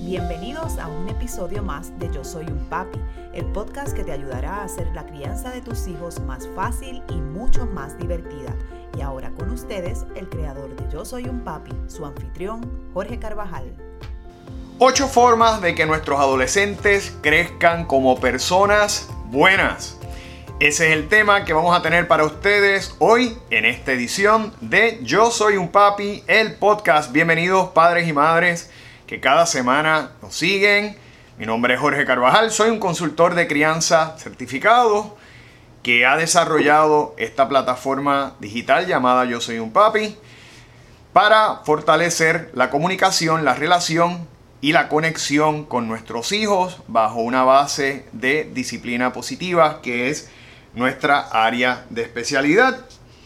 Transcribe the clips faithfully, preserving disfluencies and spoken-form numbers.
Bienvenidos a un episodio más de Yo Soy un Papi, el podcast que te ayudará a hacer la crianza de tus hijos más fácil y mucho más divertida. Y ahora con ustedes, el creador de Yo Soy un Papi, su anfitrión, Jorge Carvajal. Ocho formas de que nuestros adolescentes crezcan como personas buenas. Ese es el tema que vamos a tener para ustedes hoy en esta edición de Yo Soy un Papi, el podcast. Bienvenidos padres y madres que cada semana nos siguen. Mi nombre es Jorge Carvajal, soy un consultor de crianza certificado que ha desarrollado esta plataforma digital llamada Yo Soy un Papi para fortalecer la comunicación, la relación y la conexión con nuestros hijos bajo una base de disciplina positiva que es nuestra área de especialidad.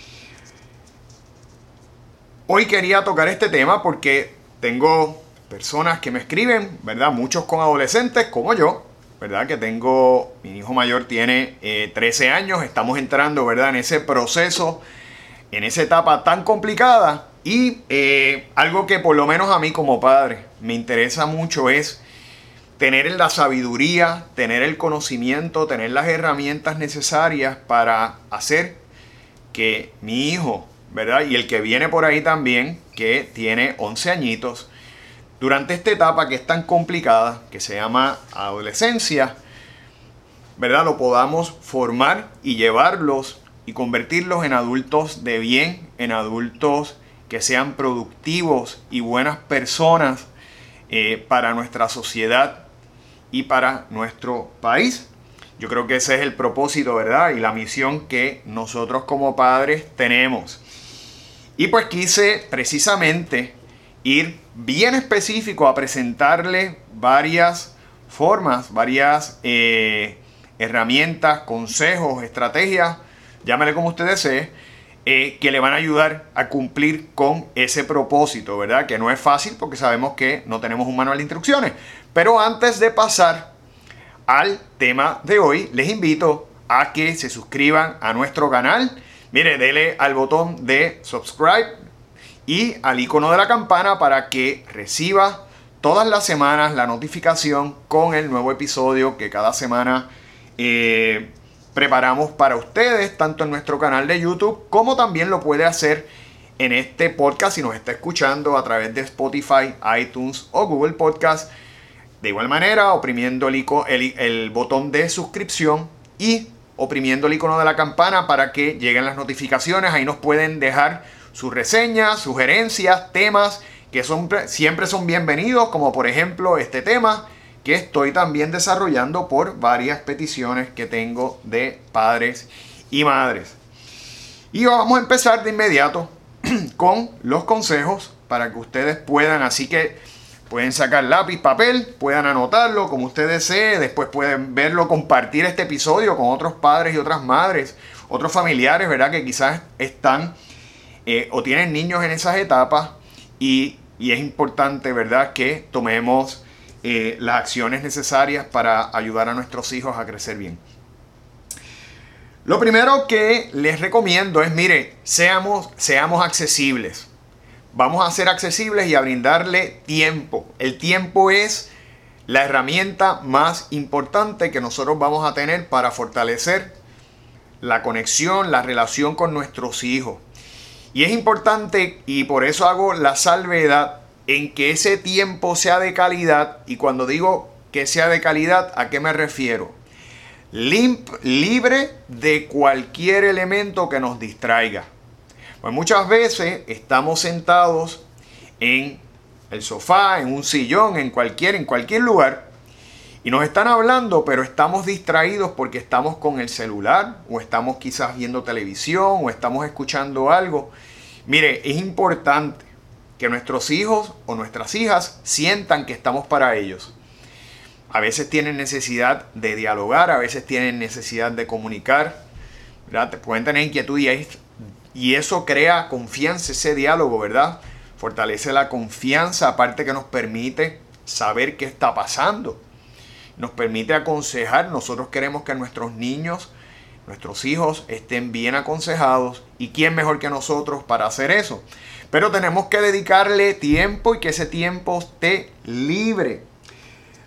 Hoy quería tocar este tema porque tengo personas que me escriben, ¿verdad? Muchos con adolescentes como yo, ¿verdad? Que tengo, mi hijo mayor tiene eh, trece años, estamos entrando, ¿verdad? En ese proceso, en esa etapa tan complicada y eh, algo que por lo menos a mí como padre me interesa mucho es tener la sabiduría, tener el conocimiento, tener las herramientas necesarias para hacer que mi hijo, ¿verdad? Y el que viene por ahí también, que tiene once añitos, durante esta etapa que es tan complicada, que se llama adolescencia, ¿verdad? Lo podamos formar y llevarlos y convertirlos en adultos de bien, en adultos que sean productivos y buenas personas eh, para nuestra sociedad y para nuestro país. Yo creo que ese es el propósito, ¿verdad? Y la misión que nosotros como padres tenemos. Y pues quise precisamente ir bien específico a presentarle varias formas, varias eh, herramientas, consejos, estrategias, llámele como usted desee, eh, que le van a ayudar a cumplir con ese propósito, ¿verdad? Que no es fácil porque sabemos que no tenemos un manual de instrucciones. Pero antes de pasar al tema de hoy, les invito a que se suscriban a nuestro canal. Mire, dele al botón de subscribe y al icono de la campana para que reciba todas las semanas la notificación con el nuevo episodio que cada semana eh, preparamos para ustedes, tanto en nuestro canal de YouTube como también lo puede hacer en este podcast si nos está escuchando a través de Spotify, iTunes o Google Podcast. De igual manera, oprimiendo el, icono, el, el botón de suscripción y oprimiendo el icono de la campana para que lleguen las notificaciones. Ahí nos pueden dejar sus reseñas, sugerencias, temas que son, siempre son bienvenidos, como por ejemplo este tema que estoy también desarrollando por varias peticiones que tengo de padres y madres. Y vamos a empezar de inmediato con los consejos para que ustedes puedan, así que pueden sacar lápiz, papel, puedan anotarlo como usted desee, después pueden verlo, compartir este episodio con otros padres y otras madres, otros familiares, ¿verdad? Que quizás están eh, o tienen niños en esas etapas y, y es importante, ¿verdad? Que tomemos eh, las acciones necesarias para ayudar a nuestros hijos a crecer bien. Lo primero que les recomiendo es, mire, seamos, seamos accesibles. Vamos a ser accesibles y a brindarle tiempo. El tiempo es la herramienta más importante que nosotros vamos a tener para fortalecer la conexión, la relación con nuestros hijos. Y es importante, y por eso hago la salvedad, en que ese tiempo sea de calidad. Y cuando digo que sea de calidad, ¿a qué me refiero? Limp, libre de cualquier elemento que nos distraiga. Pues muchas veces estamos sentados en el sofá, en un sillón, en cualquier, en cualquier lugar y nos están hablando, pero estamos distraídos porque estamos con el celular o estamos quizás viendo televisión o estamos escuchando algo. Mire, es importante que nuestros hijos o nuestras hijas sientan que estamos para ellos. A veces tienen necesidad de dialogar, a veces tienen necesidad de comunicar, ¿verdad? Te pueden tener inquietud y es Y eso crea confianza, ese diálogo, ¿verdad? Fortalece la confianza, aparte que nos permite saber qué está pasando. Nos permite aconsejar. Nosotros queremos que nuestros niños, nuestros hijos estén bien aconsejados. ¿Y quién mejor que nosotros para hacer eso? Pero tenemos que dedicarle tiempo y que ese tiempo esté libre.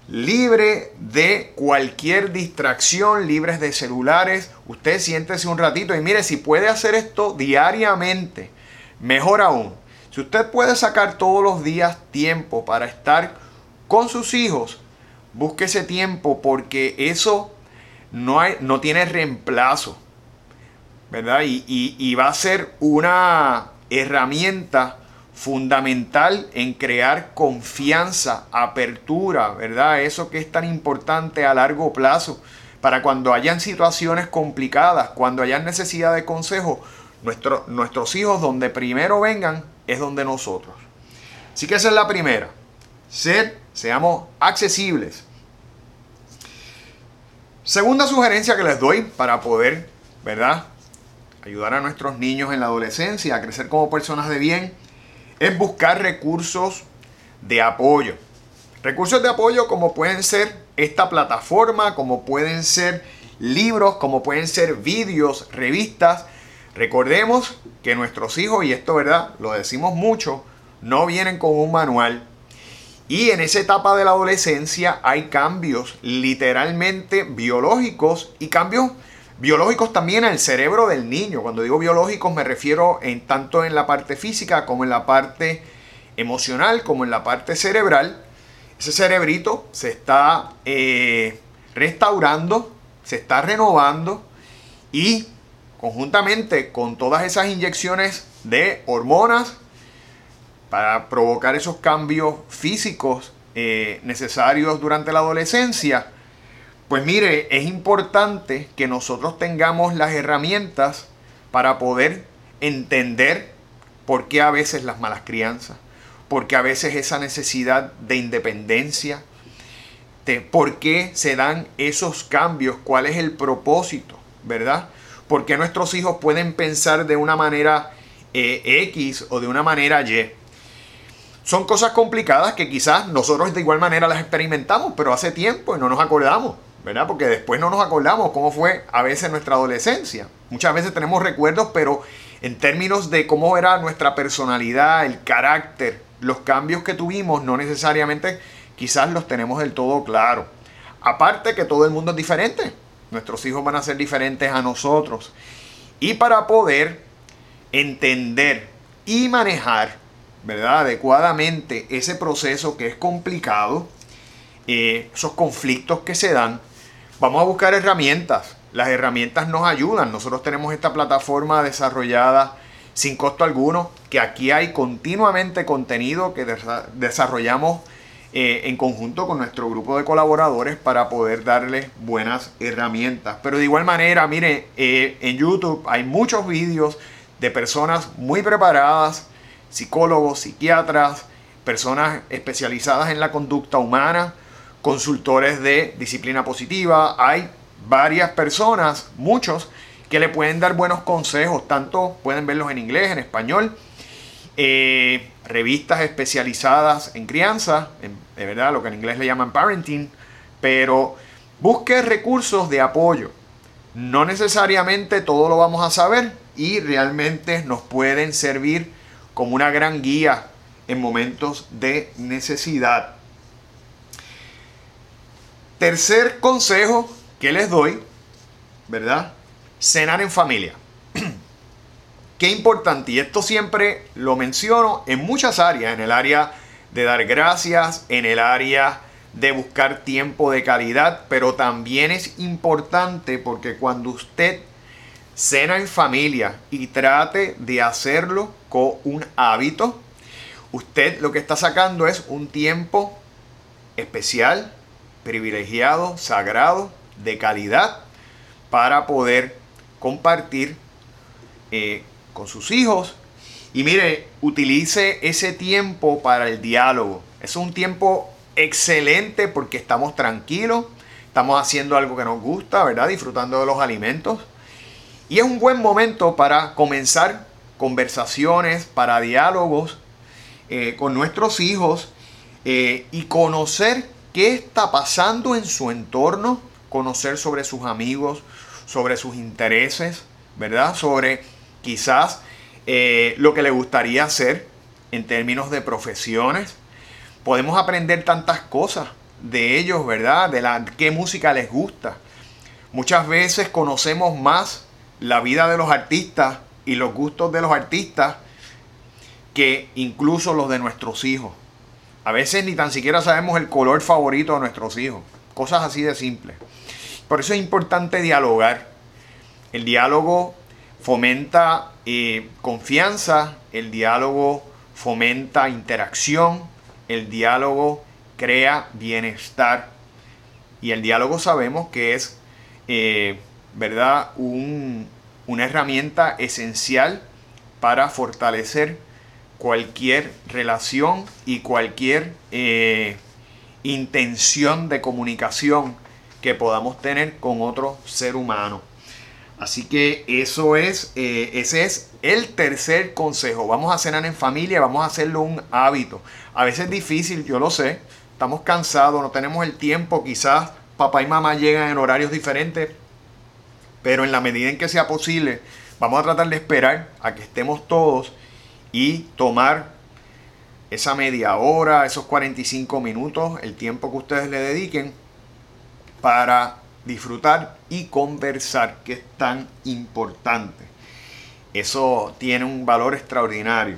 libre de cualquier distracción, libres de celulares. Usted siéntese un ratito y mire, si puede hacer esto diariamente, mejor aún. Si usted puede sacar todos los días tiempo para estar con sus hijos, busque ese tiempo, porque eso no, hay, no tiene reemplazo, ¿verdad? Y, y, y va a ser una herramienta fundamental en crear confianza, apertura, ¿verdad? Eso que es tan importante a largo plazo, para cuando hayan situaciones complicadas, cuando hayan necesidad de consejo, nuestro, nuestros hijos donde primero vengan es donde nosotros. Así que esa es la primera. Ser, seamos accesibles. Segunda sugerencia que les doy para poder, ¿verdad?, ayudar a nuestros niños en la adolescencia a crecer como personas de bien, es buscar recursos de apoyo. Recursos de apoyo como pueden ser esta plataforma, como pueden ser libros, como pueden ser vídeos, revistas. Recordemos que nuestros hijos, y esto, ¿verdad?, lo decimos mucho, no vienen con un manual. Y en esa etapa de la adolescencia hay cambios literalmente biológicos y cambios biológicos también al cerebro del niño. Cuando digo biológicos me refiero en tanto en la parte física como en la parte emocional, como en la parte cerebral. Ese cerebrito se está eh, restaurando, se está renovando, y conjuntamente con todas esas inyecciones de hormonas para provocar esos cambios físicos eh, necesarios durante la adolescencia, pues mire, es importante que nosotros tengamos las herramientas para poder entender por qué a veces las malas crianzas, por qué a veces esa necesidad de independencia, de por qué se dan esos cambios, cuál es el propósito, ¿verdad? Por qué nuestros hijos pueden pensar de una manera eh, X o de una manera Y. Son cosas complicadas que quizás nosotros de igual manera las experimentamos, pero hace tiempo y no nos acordamos, ¿verdad? Porque después no nos acordamos cómo fue a veces nuestra adolescencia. Muchas veces tenemos recuerdos, pero en términos de cómo era nuestra personalidad, el carácter, los cambios que tuvimos, no necesariamente quizás los tenemos del todo claro. Aparte que todo el mundo es diferente. Nuestros hijos van a ser diferentes a nosotros. Y para poder entender y manejar, ¿verdad?, adecuadamente ese proceso que es complicado, eh, esos conflictos que se dan, vamos a buscar herramientas. Las herramientas nos ayudan. Nosotros tenemos esta plataforma desarrollada sin costo alguno, que aquí hay continuamente contenido que desa- desarrollamos eh, en conjunto con nuestro grupo de colaboradores para poder darles buenas herramientas. Pero de igual manera, mire, eh, en YouTube hay muchos vídeos de personas muy preparadas, psicólogos, psiquiatras, personas especializadas en la conducta humana, consultores de disciplina positiva. Hay varias personas, muchos, que le pueden dar buenos consejos, tanto pueden verlos en inglés, en español, eh, revistas especializadas en crianza, en, de verdad, lo que en inglés le llaman parenting, pero busque recursos de apoyo. No necesariamente todo lo vamos a saber y realmente nos pueden servir como una gran guía en momentos de necesidad. Tercer consejo que les doy, ¿verdad? Cenar en familia. Qué importante, y esto siempre lo menciono en muchas áreas, en el área de dar gracias, en el área de buscar tiempo de calidad, pero también es importante porque cuando usted cena en familia y trate de hacerlo con un hábito, usted lo que está sacando es un tiempo especial, privilegiado, sagrado, de calidad, para poder compartir eh, con sus hijos. Y mire, utilice ese tiempo para el diálogo. Es un tiempo excelente porque estamos tranquilos, estamos haciendo algo que nos gusta, ¿verdad? Disfrutando de los alimentos. Y es un buen momento para comenzar conversaciones, para diálogos eh, con nuestros hijos eh, y conocer qué está pasando en su entorno, conocer sobre sus amigos, sobre sus intereses, ¿verdad? Sobre quizás eh, lo que le gustaría hacer en términos de profesiones. Podemos aprender tantas cosas de ellos, ¿verdad? De la, qué música les gusta. Muchas veces conocemos más la vida de los artistas y los gustos de los artistas que incluso los de nuestros hijos. A veces ni tan siquiera sabemos el color favorito de nuestros hijos. Cosas así de simples. Por eso es importante dialogar. El diálogo fomenta eh, confianza, el diálogo fomenta interacción, el diálogo crea bienestar. Y el diálogo sabemos que es, eh, ¿verdad?, un, una herramienta esencial para fortalecer cualquier relación y cualquier eh, intención de comunicación que podamos tener con otro ser humano. Así que eso es, eh, ese es el tercer consejo. Vamos a cenar en familia, vamos a hacerlo un hábito. A veces es difícil, yo lo sé. Estamos cansados, no tenemos el tiempo. Quizás papá y mamá llegan en horarios diferentes. Pero en la medida en que sea posible, vamos a tratar de esperar a que estemos todos y tomar esa media hora, esos cuarenta y cinco minutos, el tiempo que ustedes le dediquen para disfrutar y conversar, que es tan importante. Eso tiene un valor extraordinario.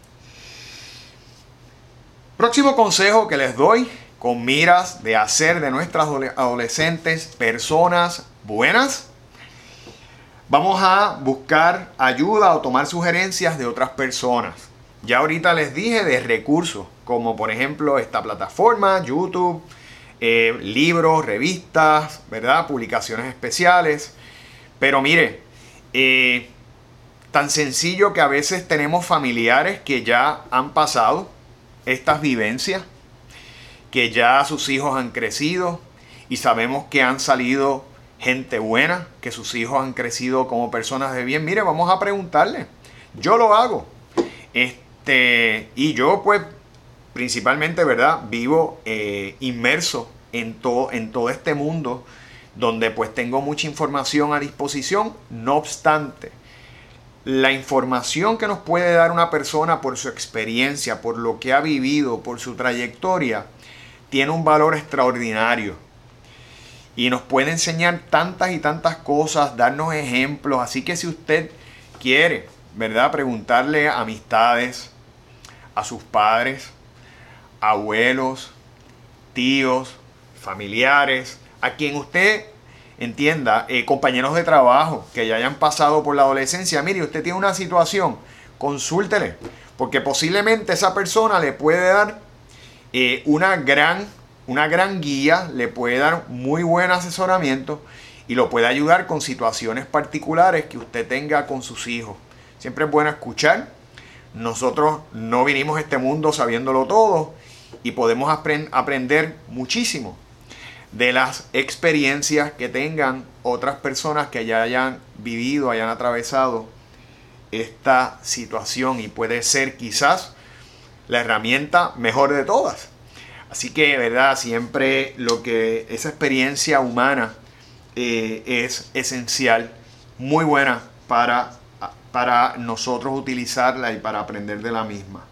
Próximo consejo que les doy, con miras de hacer de nuestras adolescentes personas buenas, vamos a buscar ayuda o tomar sugerencias de otras personas. Ya ahorita les dije de recursos, como por ejemplo esta plataforma, YouTube, eh, libros, revistas, ¿verdad?, publicaciones especiales. Pero mire, eh, tan sencillo que a veces tenemos familiares que ya han pasado estas vivencias, que ya sus hijos han crecido y sabemos que han salido gente buena, que sus hijos han crecido como personas de bien. Mire, vamos a preguntarle. Yo lo hago. Este, y yo pues principalmente, ¿verdad?, vivo eh, inmerso en todo, en todo este mundo donde pues tengo mucha información a disposición. No obstante, la información que nos puede dar una persona por su experiencia, por lo que ha vivido, por su trayectoria, tiene un valor extraordinario. Y nos puede enseñar tantas y tantas cosas, darnos ejemplos. Así que si usted quiere, ¿verdad?, preguntarle a amistades, a sus padres, abuelos, tíos, familiares, a quien usted entienda, eh, compañeros de trabajo que ya hayan pasado por la adolescencia, mire, usted tiene una situación, consúltele, porque posiblemente esa persona le puede dar eh, una gran, una gran guía, le puede dar muy buen asesoramiento y lo puede ayudar con situaciones particulares que usted tenga con sus hijos. Siempre es bueno escuchar. Nosotros no vinimos a este mundo sabiéndolo todo y podemos aprend- aprender muchísimo de las experiencias que tengan otras personas que ya hayan vivido, hayan atravesado esta situación, y puede ser quizás la herramienta mejor de todas. Así que, ¿verdad?, siempre lo que esa experiencia humana eh, es esencial, muy buena para, para nosotros utilizarla y para aprender de la misma.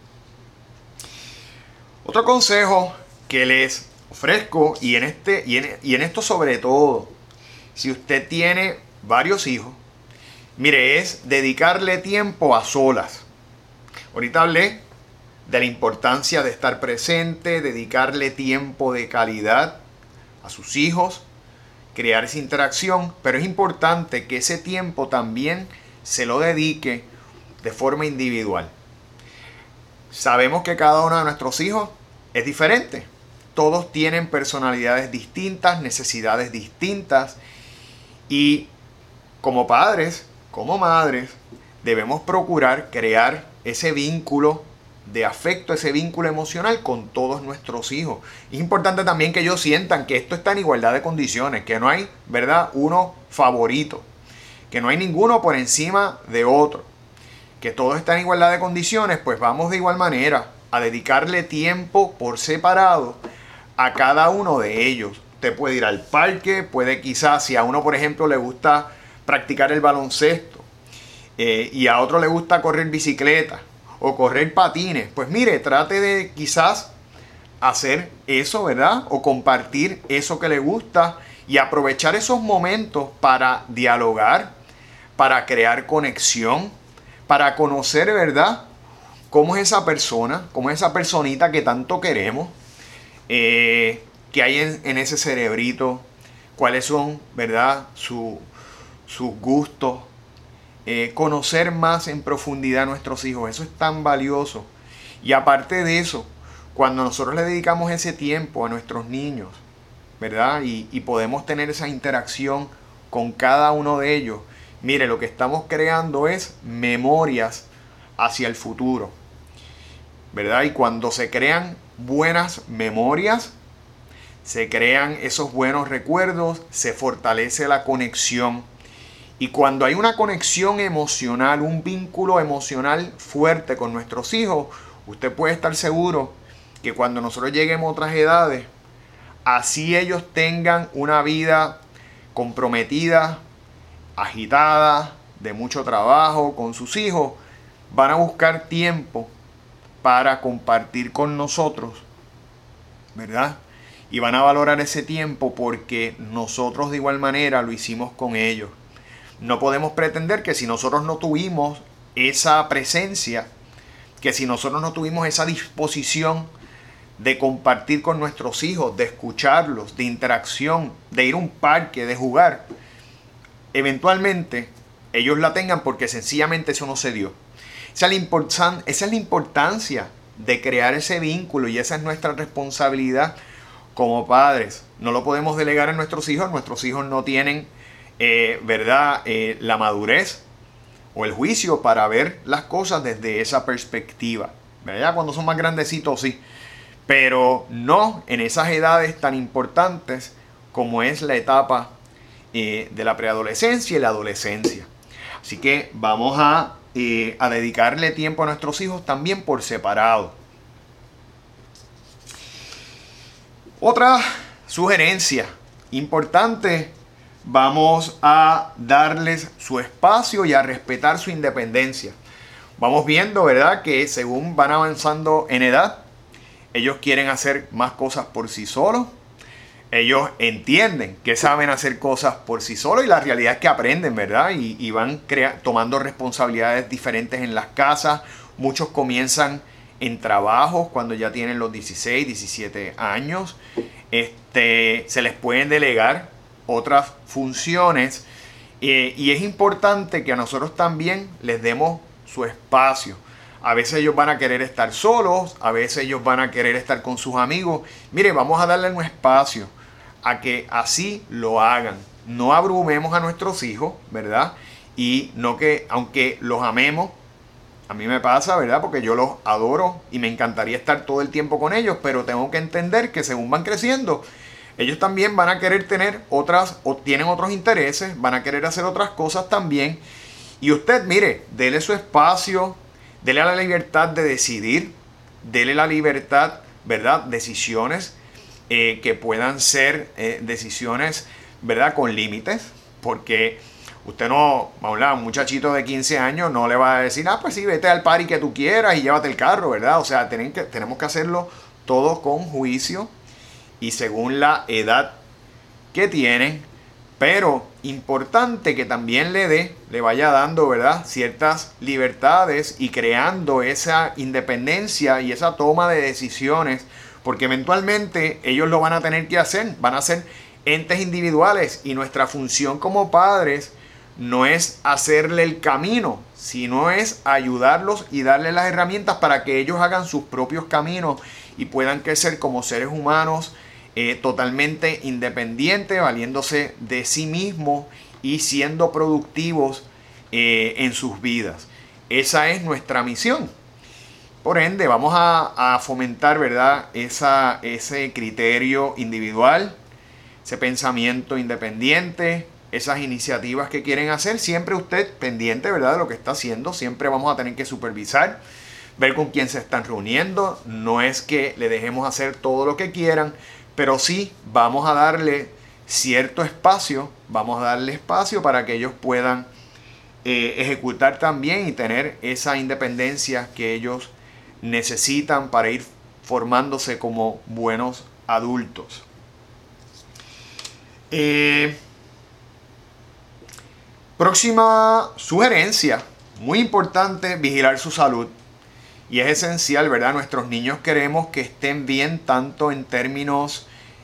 Otro consejo que les ofrezco, y en, este, y, en, y en esto sobre todo, si usted tiene varios hijos, mire, es dedicarle tiempo a solas. Ahorita hablé de la importancia de estar presente, dedicarle tiempo de calidad a sus hijos, crear esa interacción, pero es importante que ese tiempo también se lo dedique de forma individual. Sabemos que cada uno de nuestros hijos es diferente. Todos tienen personalidades distintas, necesidades distintas, y como padres, como madres, debemos procurar crear ese vínculo de afecto, ese vínculo emocional con todos nuestros hijos. Es importante también que ellos sientan que esto está en igualdad de condiciones, que no hay, ¿verdad?, uno favorito, que no hay ninguno por encima de otro, que todos están en igualdad de condiciones. Pues vamos de igual manera a dedicarle tiempo por separado a cada uno de ellos. Usted puede ir al parque, puede quizás, si a uno por ejemplo le gusta practicar el baloncesto eh, y a otro le gusta correr bicicleta o correr patines, pues mire, trate de quizás hacer eso, ¿verdad? O compartir eso que le gusta y aprovechar esos momentos para dialogar, para crear conexión, para conocer, ¿verdad?, cómo es esa persona, cómo es esa personita que tanto queremos, eh, que hay en, en ese cerebrito, cuáles son, ¿verdad?, su, sus gustos, eh, conocer más en profundidad a nuestros hijos. Eso es tan valioso. Y aparte de eso, cuando nosotros le dedicamos ese tiempo a nuestros niños, ¿verdad?, y, y podemos tener esa interacción con cada uno de ellos, mire, lo que estamos creando es memorias hacia el futuro, ¿verdad? Y cuando se crean buenas memorias, se crean esos buenos recuerdos, se fortalece la conexión. Y cuando hay una conexión emocional, un vínculo emocional fuerte con nuestros hijos, usted puede estar seguro que cuando nosotros lleguemos a otras edades, así ellos tengan una vida comprometida, agitada, de mucho trabajo con sus hijos, van a buscar tiempo para compartir con nosotros, ¿verdad? Y van a valorar ese tiempo porque nosotros de igual manera lo hicimos con ellos. No podemos pretender que si nosotros no tuvimos esa presencia, que si nosotros no tuvimos esa disposición de compartir con nuestros hijos, de escucharlos, de interacción, de ir a un parque, de jugar, eventualmente ellos la tengan porque sencillamente eso no se dio. Esa es la importan- esa es la importancia de crear ese vínculo y esa es nuestra responsabilidad como padres. No lo podemos delegar a nuestros hijos. Nuestros hijos no tienen, eh, ¿verdad?, eh, la madurez o el juicio para ver las cosas desde esa perspectiva. ¿Verdad? Cuando son más grandecitos, sí. Pero no en esas edades tan importantes como es la etapa eh, de la preadolescencia y la adolescencia. Así que vamos a, eh, a dedicarle tiempo a nuestros hijos también por separado. Otra sugerencia importante, vamos a darles su espacio y a respetar su independencia. Vamos viendo, ¿verdad?, que según van avanzando en edad, ellos quieren hacer más cosas por sí solos. Ellos entienden que saben hacer cosas por sí solos y la realidad es que aprenden, ¿verdad? Y, y van crea- tomando responsabilidades diferentes en las casas. Muchos comienzan en trabajos cuando ya tienen los dieciséis, diecisiete años. Este, se les pueden delegar otras funciones eh, y es importante que a nosotros también les demos su espacio. A veces ellos van a querer estar solos, a veces ellos van a querer estar con sus amigos. Mire, vamos a darle un espacio a que así lo hagan. No abrumemos a nuestros hijos, ¿verdad? Y no que, aunque los amemos, a mí me pasa, ¿verdad?, porque yo los adoro y me encantaría estar todo el tiempo con ellos, pero tengo que entender que según van creciendo, ellos también van a querer tener otras, o tienen otros intereses, van a querer hacer otras cosas también. Y usted, mire, dele su espacio, dele la libertad de decidir, dele la libertad, ¿verdad?, decisiones eh, que puedan ser eh, decisiones, ¿verdad?, con límites, porque usted no, vamos a hablar, un muchachito de quince años no le va a decir, ah, pues sí, vete al party que tú quieras y llévate el carro, ¿verdad? O sea, tienen que, tenemos que hacerlo todo con juicio y según la edad que tienen, pero importante que también le dé, le vaya dando, ¿verdad?, ciertas libertades y creando esa independencia y esa toma de decisiones, porque eventualmente ellos lo van a tener que hacer, van a ser entes individuales y nuestra función como padres no es hacerle el camino, sino es ayudarlos y darles las herramientas para que ellos hagan sus propios caminos y puedan crecer como seres humanos eh, totalmente independientes, valiéndose de sí mismos y siendo productivos eh, en sus vidas. Esa es nuestra misión. Por ende, vamos a, a fomentar, ¿verdad?, esa, ese criterio individual, ese pensamiento independiente, esas iniciativas que quieren hacer. Siempre usted pendiente, ¿verdad?, de lo que está haciendo. Siempre vamos a tener que supervisar, ver con quién se están reuniendo. No es que le dejemos hacer todo lo que quieran, pero sí vamos a darle cierto espacio, vamos a darle espacio para que ellos puedan eh, ejecutar también y tener esa independencia que ellos necesitan para ir formándose como buenos adultos. Eh, próxima sugerencia, muy importante, vigilar su salud. Y es esencial, ¿verdad? Nuestros niños queremos que estén bien tanto en términos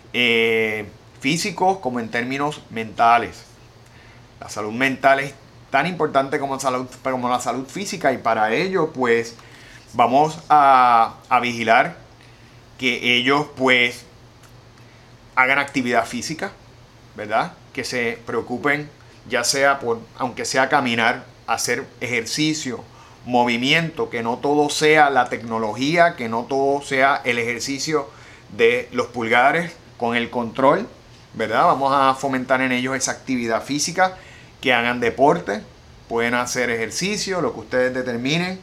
eh, físicos como en términos mentales. La salud mental es tan importante como, salud, como la salud física, y para ello pues vamos a, a vigilar que ellos pues hagan actividad física, ¿verdad? Que se preocupen, ya sea por, aunque sea caminar, hacer ejercicio, movimiento, que no todo sea la tecnología, que no todo sea el ejercicio de los pulgares con el control, ¿verdad? Vamos a fomentar en ellos esa actividad física, que hagan deporte, pueden hacer ejercicio, lo que ustedes determinen.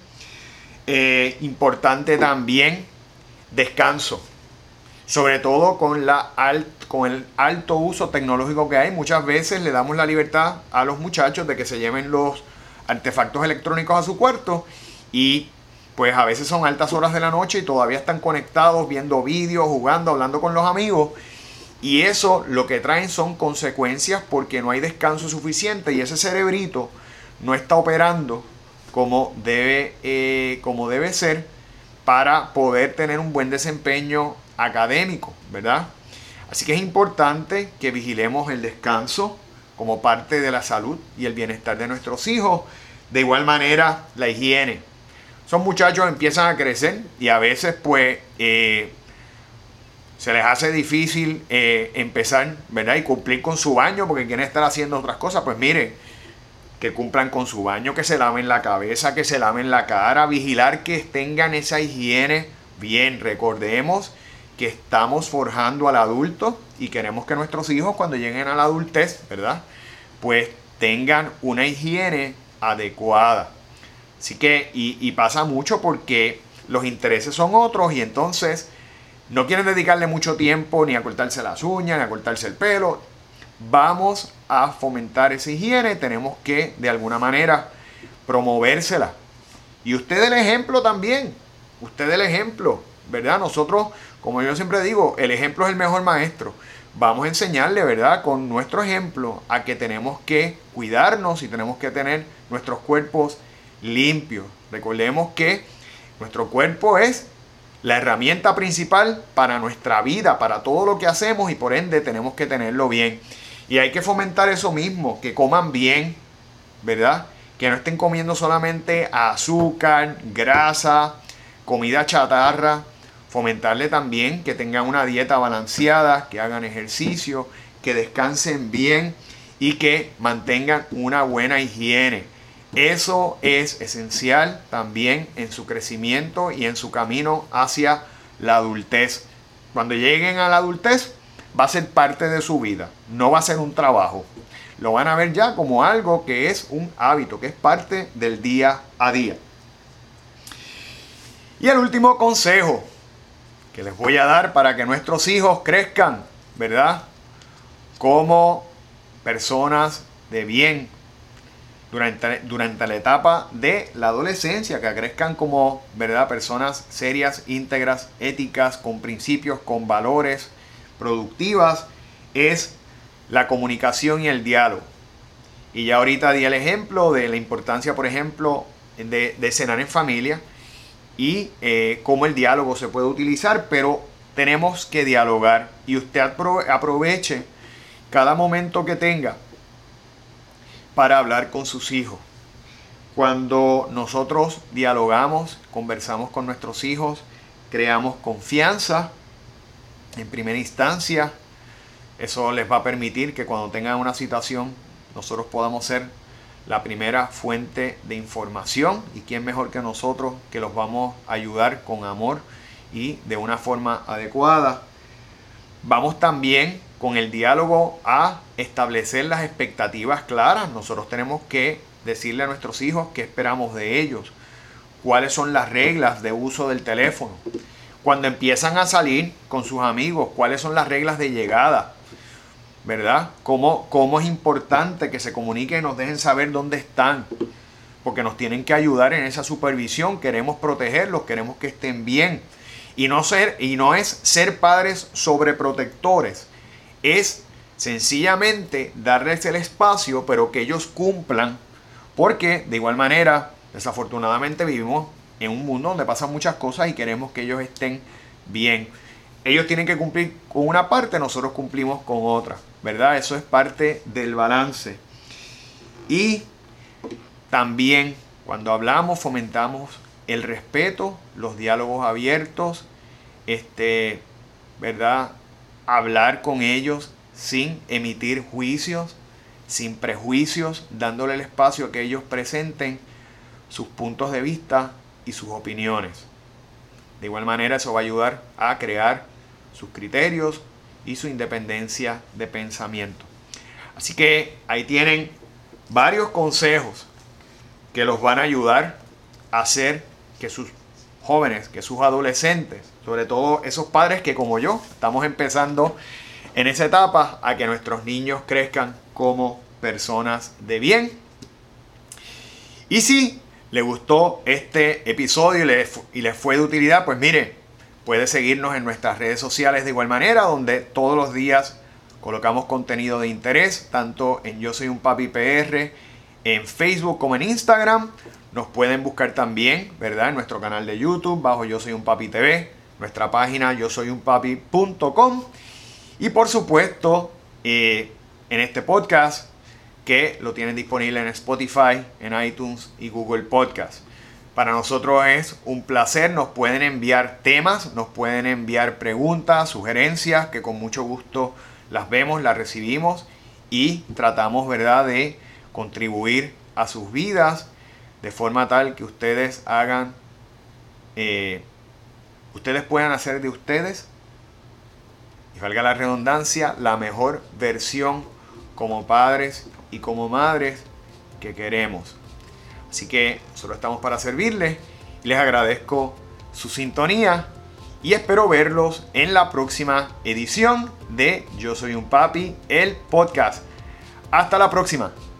Eh, importante también descanso, sobre todo con, la alt, con el alto uso tecnológico que hay. Muchas veces le damos la libertad a los muchachos de que se lleven los artefactos electrónicos a su cuarto, y pues a veces son altas horas de la noche y todavía están conectados viendo vídeos, jugando, hablando con los amigos, y eso lo que traen son consecuencias porque no hay descanso suficiente y ese cerebrito no está operando como debe, eh, como debe ser para poder tener un buen desempeño académico, ¿verdad? Así que es importante que vigilemos el descanso como parte de la salud y el bienestar de nuestros hijos. De igual manera, la higiene. Son muchachos que empiezan a crecer y a veces pues eh, se les hace difícil eh, empezar, ¿verdad? Y cumplir con su baño porque quieren estar haciendo otras cosas. Pues miren, que cumplan con su baño, que se laven la cabeza, que se laven la cara, vigilar que tengan esa higiene bien. Recordemos que estamos forjando al adulto y queremos que nuestros hijos cuando lleguen a la adultez, ¿verdad? Pues tengan una higiene adecuada. Así que, y, y pasa mucho porque los intereses son otros y entonces no quieren dedicarle mucho tiempo ni a cortarse las uñas, ni a cortarse el pelo. Vamos a fomentar esa higiene, tenemos que de alguna manera promovérsela. Y usted el ejemplo también, usted el ejemplo, ¿verdad? Nosotros, como yo siempre digo, el ejemplo es el mejor maestro. Vamos a enseñarle, ¿verdad? Con nuestro ejemplo a que tenemos que cuidarnos y tenemos que tener nuestros cuerpos limpios. Recordemos que nuestro cuerpo es la herramienta principal para nuestra vida, para todo lo que hacemos y por ende tenemos que tenerlo bien. Y hay que fomentar eso mismo, que coman bien, ¿verdad? Que no estén comiendo solamente azúcar, grasa, comida chatarra. Fomentarle también que tengan una dieta balanceada, que hagan ejercicio, que descansen bien y que mantengan una buena higiene. Eso es esencial también en su crecimiento y en su camino hacia la adultez. Cuando lleguen a la adultez va a ser parte de su vida, no va a ser un trabajo. Lo van a ver ya como algo que es un hábito, que es parte del día a día. Y el último consejo que les voy a dar para que nuestros hijos crezcan, ¿verdad? Como personas de bien durante, durante la etapa de la adolescencia, que crezcan como, ¿verdad? Personas serias, íntegras, éticas, con principios, con valores, productivas, es la comunicación y el diálogo. Y ya ahorita di el ejemplo de la importancia, por ejemplo, de, de cenar en familia y eh, cómo el diálogo se puede utilizar, pero tenemos que dialogar y usted aproveche cada momento que tenga para hablar con sus hijos. Cuando nosotros dialogamos, conversamos con nuestros hijos, creamos confianza en primera instancia. Eso les va a permitir que cuando tengan una situación nosotros podamos ser la primera fuente de información, y quién mejor que nosotros que los vamos a ayudar con amor y de una forma adecuada. Vamos también con el diálogo a establecer las expectativas claras. Nosotros tenemos que decirle a nuestros hijos qué esperamos de ellos, cuáles son las reglas de uso del teléfono. Cuando empiezan a salir con sus amigos, cuáles son las reglas de llegada, ¿verdad? Cómo, cómo es importante que se comuniquen y nos dejen saber dónde están, porque nos tienen que ayudar en esa supervisión. Queremos protegerlos, queremos que estén bien. Y no, ser, y no es ser padres sobreprotectores, es sencillamente darles el espacio, pero que ellos cumplan, porque de igual manera, desafortunadamente vivimos en un mundo donde pasan muchas cosas y queremos que ellos estén bien. Ellos tienen que cumplir con una parte, nosotros cumplimos con otra, ¿verdad? Eso es parte del balance. Y también cuando hablamos, fomentamos el respeto, los diálogos abiertos, este, ¿verdad? Hablar con ellos sin emitir juicios, sin prejuicios, dándole el espacio a que ellos presenten sus puntos de vista y sus opiniones. De igual manera, eso va a ayudar a crear sus criterios y su independencia de pensamiento. Así que ahí tienen varios consejos que los van a ayudar a hacer que sus jóvenes, que sus adolescentes, sobre todo esos padres que como yo estamos empezando en esa etapa, a que nuestros niños crezcan como personas de bien. Y si le gustó este episodio y le, y le fue de utilidad, pues mire, puede seguirnos en nuestras redes sociales de igual manera, donde todos los días colocamos contenido de interés, tanto en Yo Soy Un Papi P R, en Facebook como en Instagram. Nos pueden buscar también, ¿verdad?, en nuestro canal de YouTube, bajo Yo Soy Un Papi T V, nuestra página yo soy un papi punto com. Y por supuesto, eh, en este podcast, que lo tienen disponible en Spotify, en iTunes y Google Podcast. Para nosotros es un placer, nos pueden enviar temas, nos pueden enviar preguntas, sugerencias, que con mucho gusto las vemos, las recibimos y tratamos, ¿verdad?, de contribuir a sus vidas de forma tal que ustedes hagan, eh, ustedes puedan hacer de ustedes, y valga la redundancia, la mejor versión como padres y como madres que queremos. Así que nosotros estamos para servirles y les agradezco su sintonía y espero verlos en la próxima edición de Yo Soy Un Papi, el podcast. Hasta la próxima.